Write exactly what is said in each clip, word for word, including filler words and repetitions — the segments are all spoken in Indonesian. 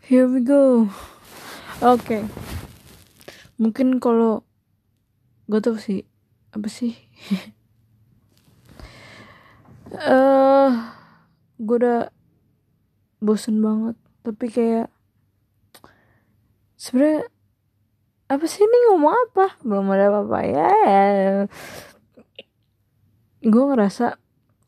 Here we go. Oke, okay. Mungkin kalau gak tau sih apa sih eh uh, gue udah bosen banget, tapi kayak sebenarnya apa sih ini ngomong apa, belum ada apa-apa ya. Gue ngerasa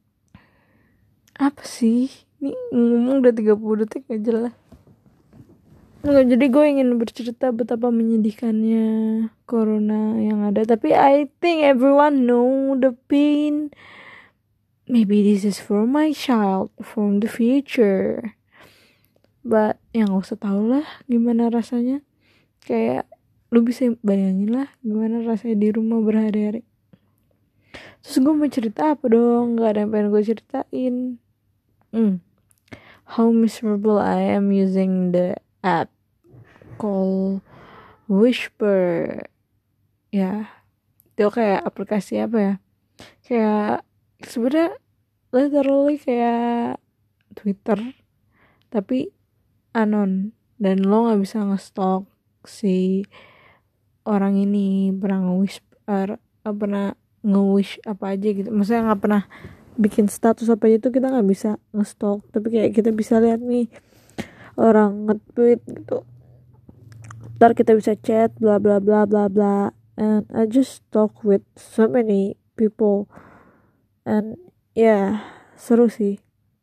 apa sih ini ngomong udah tiga puluh detik aja lah. Nggak, jadi gue ingin bercerita betapa menyedihkannya corona yang ada, tapi I think everyone know the pain. Maybe this is for my child from the future, but yang gak usah tau lah gimana rasanya. Kayak lu bisa bayangin lah gimana rasanya di rumah berhari-hari. Terus gue mau cerita apa dong, gak ada yang pengen gue ceritain. hmm. How miserable I am using the app called Whisper. Ya, itu kayak aplikasi apa ya, kayak sebenarnya literally kayak Twitter tapi anon, dan lo nggak bisa nge-stalk si orang ini pernah nge-wish er, pernah nge-wish apa aja gitu. Maksudnya nggak pernah bikin status apa aja, itu kita nggak bisa nge-stalk, tapi kayak kita bisa lihat nih orang nge-tweet gitu, ntar kita bisa chat bla bla bla bla bla. And I just talk with so many people, and yeah, seru sih.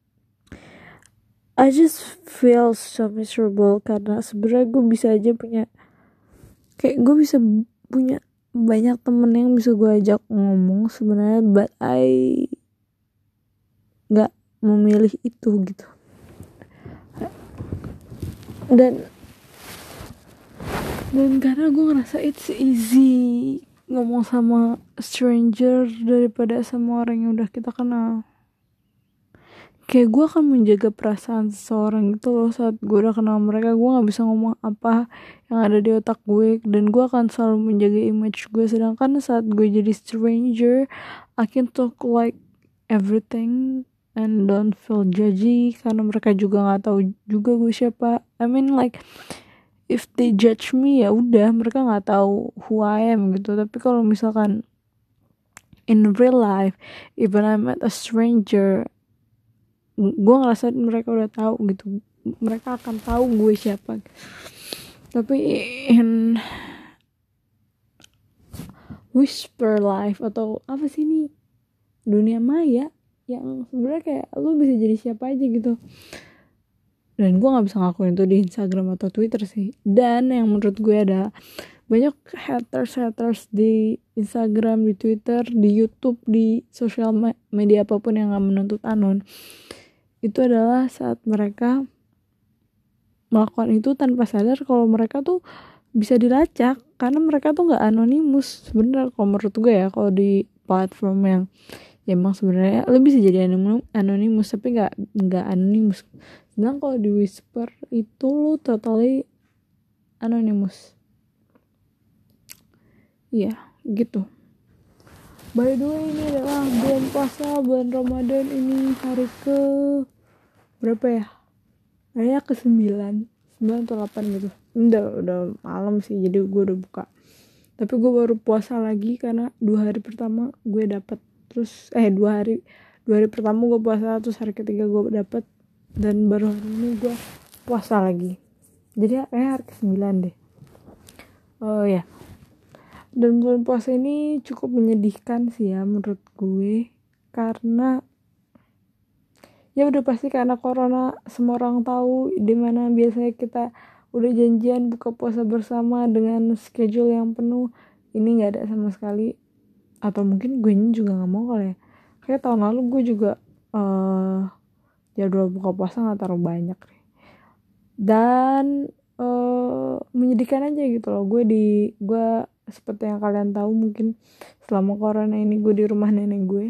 I just feel so miserable karena sebenarnya gue bisa aja punya, kayak gue bisa punya banyak temen yang bisa gue ajak ngomong sebenarnya, but I nggak memilih itu gitu. Dan dan karena gue ngerasa it's easy ngomong sama stranger daripada sama orang yang udah kita kenal. Kayak gue akan menjaga perasaan seseorang gitu loh. Saat gue udah kenal mereka, gue gak bisa ngomong apa yang ada di otak gue, dan gue akan selalu menjaga image gue. Sedangkan saat gue jadi stranger, I can talk like everything and don't feel judgy, karena mereka juga gak tahu juga gue siapa. I mean like if they judge me, ya udah, mereka gak tahu who I am gitu. Tapi kalau misalkan in real life, even I met a stranger, gue ngerasa mereka udah tahu gitu, mereka akan tahu gue siapa. Tapi in Whisper Life atau apa sih ini, dunia maya yang sebenarnya kayak lu bisa jadi siapa aja gitu. Dan gue nggak bisa ngakuin itu di Instagram atau Twitter sih. Dan yang menurut gue ada banyak haters haters di Instagram, di Twitter, di YouTube, di sosial media apapun yang nggak menuntut anon. Itu adalah saat mereka melakukan itu tanpa sadar kalau mereka tuh bisa dilacak, karena mereka tuh nggak anonimus sebenarnya. Kalau menurut gue ya, kalau di platform yang ya emang sebenarnya lo bisa jadi anonimus, tapi nggak nggak anonimus. Sedangkan kalau di Whisper itu lo totally anonimus. Iya gitu. By the way, ini adalah bulan puasa, bulan Ramadan. Ini hari ke berapa ya? Kayaknya ke sembilan sembilan atau delapan gitu. Udah, udah malam sih, jadi gue udah buka. Tapi gue baru puasa lagi karena dua hari pertama gue dapet. Terus eh dua hari dua hari pertama gue puasa, terus hari ketiga gue dapet, dan baru hari ini gue puasa lagi. Jadi kayak hari ke sembilan deh. Oh ya. Dan bulan puasa ini cukup menyedihkan sih ya menurut gue, karena ya udah pasti karena corona, semua orang tahu dimana biasanya kita udah janjian buka puasa bersama dengan schedule yang penuh, ini nggak ada sama sekali. Atau mungkin gue juga nggak mau kali ya, kayak tahun lalu gue juga uh, jadwal buka puasa nggak terlalu banyak deh. Dan uh, menyedihkan aja gitu loh. Gue di gue seperti yang kalian tahu mungkin, selama corona ini gue di rumah nenek gue.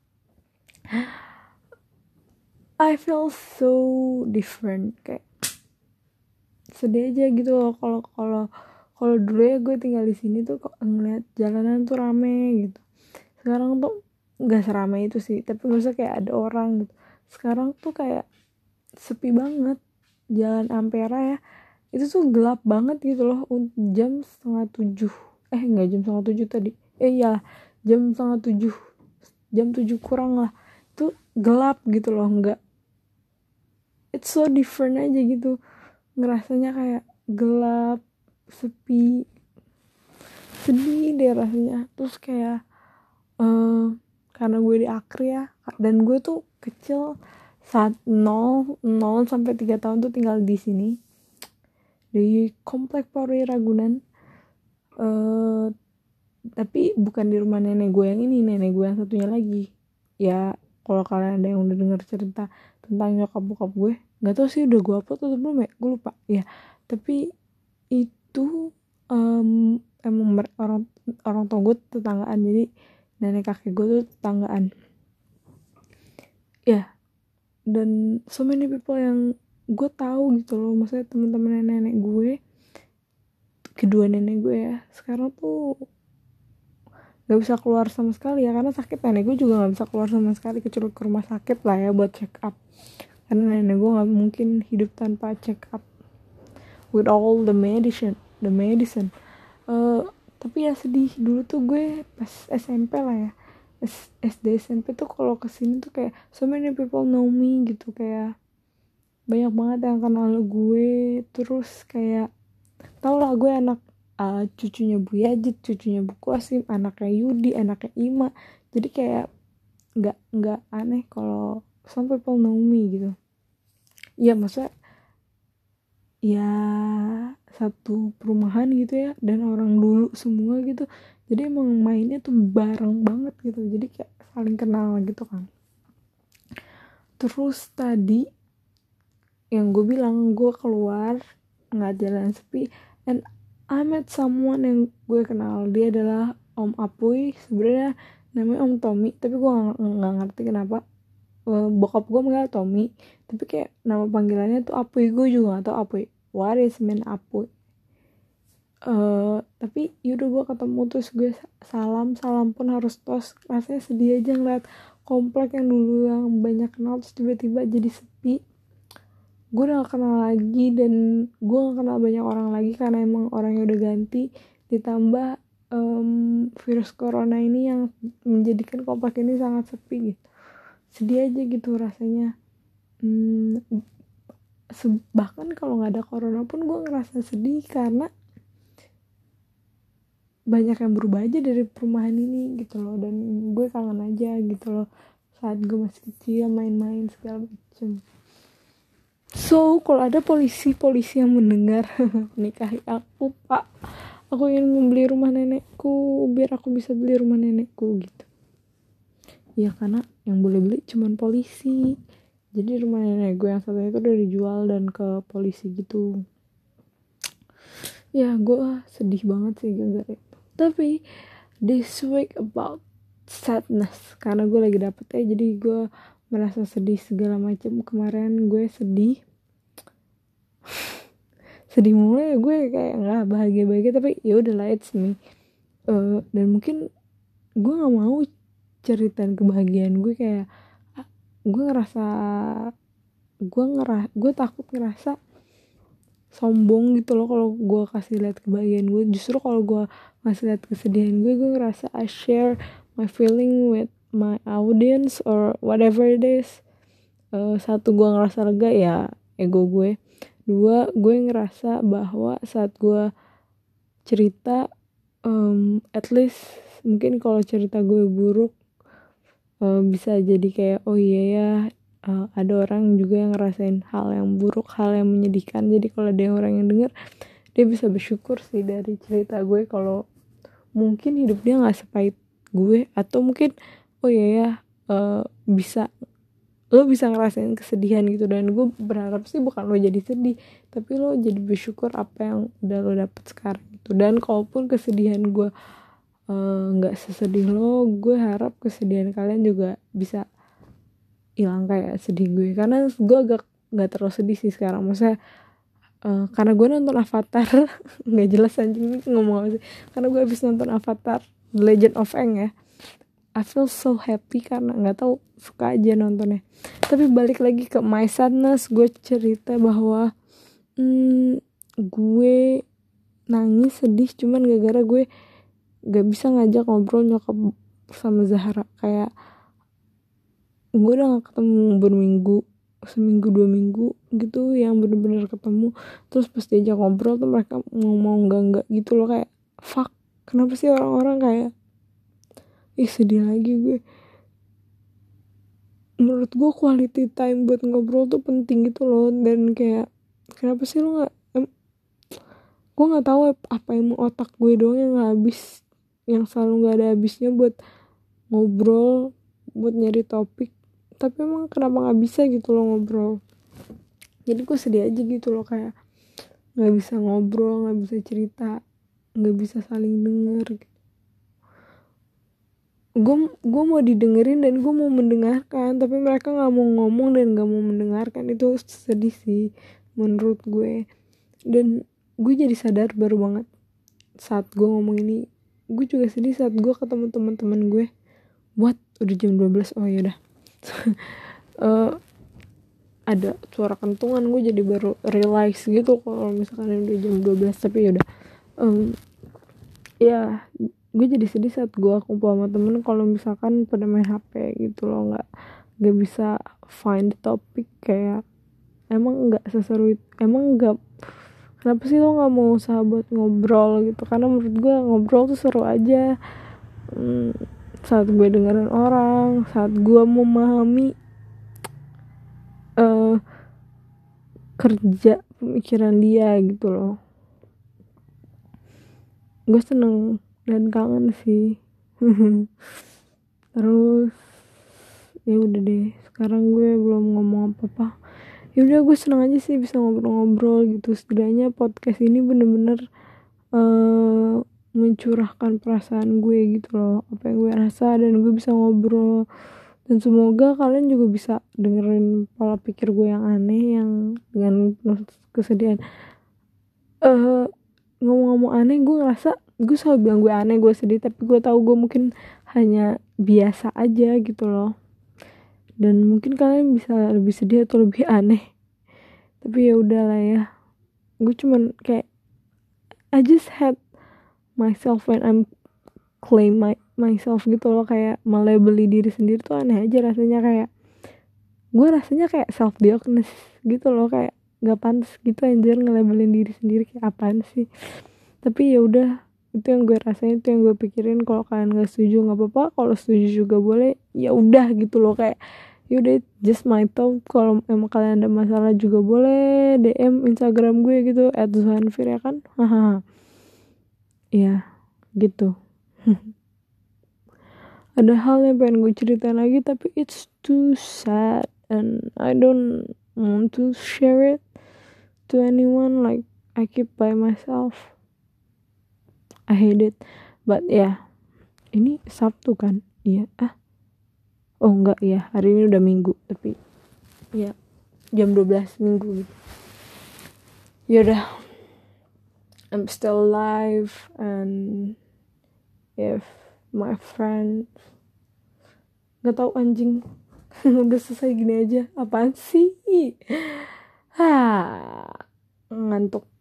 I feel so different, kayak sedih aja gitu loh. Kalau kalau kalau dulu ya gue tinggal di sini tuh kok ngeliat jalanan tuh rame gitu. Sekarang tuh nggak seramai itu sih, tapi maksudnya kayak ada orang gitu. Sekarang tuh kayak sepi banget. Jalan Ampera ya, itu tuh gelap banget gitu loh. Jam setengah tujuh, eh nggak jam setengah tujuh tadi, eh iya jam setengah tujuh, jam tujuh kurang lah, itu gelap gitu loh. Nggak, it's so different aja gitu, ngerasanya kayak gelap, sepi, sedih deh rasanya. Terus kayak uh, karena gue di Akri ya, dan gue tuh kecil saat nol nol sampai tiga tahun tuh tinggal di sini di komplek Polri Ragunan. Uh, tapi bukan di rumah nenek gue yang ini, nenek gue yang satunya lagi. Ya kalau kalian ada yang udah denger cerita tentang nyokap bokap gue, nggak tahu sih udah gue upload atau belum ya, gue lupa ya. Tapi itu um, emang orang orang tua gue tetanggaan, jadi nenek kakek gue tuh tetanggaan ya. Dan so many people yang gue tahu gitu loh, maksudnya teman-teman nenek gue, kedua nenek gue ya, sekarang tuh gak bisa keluar sama sekali ya karena sakit. Nenek gue juga gak bisa keluar sama sekali kecuali ke rumah sakit lah ya buat check up, karena nenek gue gak mungkin hidup tanpa check up with all the medicine the medicine uh, tapi ya sedih. Dulu tuh gue pas S M P lah ya, S- SD S M P tuh kalau kesini tuh kayak so many people know me gitu, kayak banyak banget yang kenal gue. Terus kayak tau lah gue anak uh, cucunya Bu Yajid, cucunya Bu Qasim, anaknya Yudi, anaknya Ima. Jadi kayak nggak nggak aneh kalau some people know me gitu. Ya maksudnya ya satu perumahan gitu ya, dan orang dulu semua gitu. Jadi emang mainnya tuh bareng banget gitu. Jadi kayak saling kenal gitu kan. Terus tadi yang gue bilang gue keluar nggak jalan sepi, and I met someone yang gue kenal. Dia adalah Om Apuy, sebenarnya namanya Om Tommy, tapi gue nggak ngerti kenapa uh, bokap gue manggil Tommy, tapi kayak nama panggilannya tuh Apuy. Gue juga nggak tahu Apuy what is mean Apuy. Uh, tapi yaudah gue ketemu, terus gue salam salam pun harus tos. Rasanya sedih aja ngeliat komplek yang dulu yang banyak kenal terus tiba-tiba jadi sepi. Gue udah gak kenal lagi, dan gue gak kenal banyak orang lagi karena emang orangnya udah ganti. Ditambah um, virus corona ini yang menjadikan komplek ini sangat sepi gitu. Sedih aja gitu rasanya. hmm, bahkan kalau gak ada corona pun gue ngerasa sedih karena banyak yang berubah aja dari perumahan ini gitu loh. Dan gue kangen aja gitu loh saat gue masih kecil, main-main segala macem. So, kalau ada polisi-polisi yang mendengar, nikahi aku, Pak. Aku ingin membeli rumah nenekku, biar aku bisa beli rumah nenekku gitu. Ya karena yang boleh beli cuman polisi. Jadi rumah nenek gue yang satunya itu udah dijual dan ke polisi gitu. Ya, gue sedih banget sih gara-gara itu. Tapi this week about sadness, karena gue lagi dapet ya, jadi gue merasa sedih segala macam. Kemarin gue sedih sedih mulu ya, gue kayak nggak bahagia bahagia, tapi ya udahlah, it's me. Uh, dan mungkin gue nggak mau ceritain kebahagiaan gue, kayak gue ngerasa gue ngerasa gue takut ngerasa sombong gitu loh kalau gue kasih lihat kebahagiaan gue. Justru kalau gue ngasih lihat kesedihan gue, gue ngerasa I share my feeling with my audience or whatever it is. Uh, satu, gue ngerasa lega ya, ego gue. Dua, gue ngerasa bahwa saat gue cerita, um, at least mungkin kalau cerita gue buruk, uh, bisa jadi kayak oh iya ya, uh, ada orang juga yang ngerasain hal yang buruk, hal yang menyedihkan. Jadi kalau ada orang yang denger, dia bisa bersyukur sih dari cerita gue kalau mungkin hidup dia nggak sepahit gue, atau mungkin oh iya ya, uh, bisa lo bisa ngerasain kesedihan gitu. Dan gue berharap sih bukan lo jadi sedih, tapi lo jadi bersyukur apa yang udah lo dapet sekarang gitu. Dan kalaupun kesedihan gue nggak uh, sesedih lo, gue harap kesedihan kalian juga bisa hilang kayak sedih gue. Karena gue agak nggak terlalu sedih sih sekarang, maksudnya uh, karena gue nonton Avatar nggak jelas anjing nih ngomong apa sih, karena gue habis nonton Avatar The Legend of Aang ya. I feel so happy karena nggak tahu, suka aja nontonnya. Tapi balik lagi ke my sadness, gue cerita bahwa hmm, gue nangis sedih cuman gara-gara gue gak bisa ngajak ngobrol nyokap sama Zahra. Kayak gue udah gak ketemu berminggu, seminggu dua minggu gitu yang bener-bener ketemu. Terus pas diajak ngobrol tuh mereka ngomong enggak-enggak gitu loh. Kayak fuck, kenapa sih orang-orang kayak, ih sedih lagi gue. Menurut gue quality time buat ngobrol tuh penting gitu loh. Dan kayak kenapa sih lo gak, em, gue gak tahu apa emang otak gue doang yang gak habis, yang selalu gak ada habisnya buat ngobrol, buat nyari topik. Tapi emang kenapa gak bisa gitu loh ngobrol. Jadi gue sedih aja gitu loh, kayak gak bisa ngobrol, gak bisa cerita, gak bisa saling denger gitu. Gue gue mau didengerin dan gue mau mendengarkan, tapi mereka nggak mau ngomong dan nggak mau mendengarkan. Itu sedih sih menurut gue. Dan gue jadi sadar baru banget saat gue ngomong ini. Gue juga sedih saat gue ketemu teman-teman gue. What, udah jam dua belas, oh yaudah. uh, ada suara kentungan, gue jadi baru realize gitu kalau misalkan udah jam dua belas. Tapi yaudah, um, ya gue jadi sedih saat gue kumpul sama temen kalau misalkan pada main H P gitu loh, nggak nggak bisa find the topic. Kayak emang nggak seseru itu, emang nggak, kenapa sih lo nggak mau sahabat ngobrol gitu. Karena menurut gue ngobrol tuh seru aja. hmm, saat gue dengerin orang, saat gue memahami uh, kerja pemikiran dia gitu loh, gue seneng dan kangen sih. Terus ya udah deh, sekarang gue belum ngomong apa-apa. Ya udah, gue seneng aja sih bisa ngobrol-ngobrol gitu. Setidaknya podcast ini bener-bener uh, mencurahkan perasaan gue gitu loh, apa yang gue rasa, dan gue bisa ngobrol. Dan semoga kalian juga bisa dengerin pola pikir gue yang aneh, yang dengan penuh kesedihan. uh, Ngomong-ngomong aneh, gue ngerasa gue selalu bilang gue aneh, gue sedih, tapi gue tahu gue mungkin hanya biasa aja gitu loh. Dan mungkin kalian bisa lebih sedih atau lebih aneh. Tapi ya udahlah ya. Gue cuman kayak I just had myself when I'm claim my, myself gitu loh. Kayak melabeli diri sendiri tuh aneh aja rasanya. Kayak gue rasanya kayak self diagnosis gitu loh. Kayak gak pantas gitu anjir ngelabelin diri sendiri, kayak apaan sih. Tapi ya udah, itu yang gue rasain, itu yang gue pikirin. Kalau kalian nggak setuju nggak apa-apa, kalau setuju juga boleh. Ya udah gitu loh, kayak yaudah just my thought. Kalau emang kalian ada masalah juga boleh D M Instagram gue gitu at zuhanfir ya kan. Hahaha. Ya gitu. Ada hal yang pengen gue ceritain lagi, tapi it's too sad and I don't want to share it to anyone. Like I keep by myself. I hate it. But ya yeah, ini Sabtu kan? Iya. Ah. Oh enggak ya, hari ini udah Minggu. Tapi ya jam dua belas Minggu gitu. Yaudah, I'm still alive. And if my friend, gak tau anjing. Udah selesai gini aja. Apaan sih? Hah, ngantuk.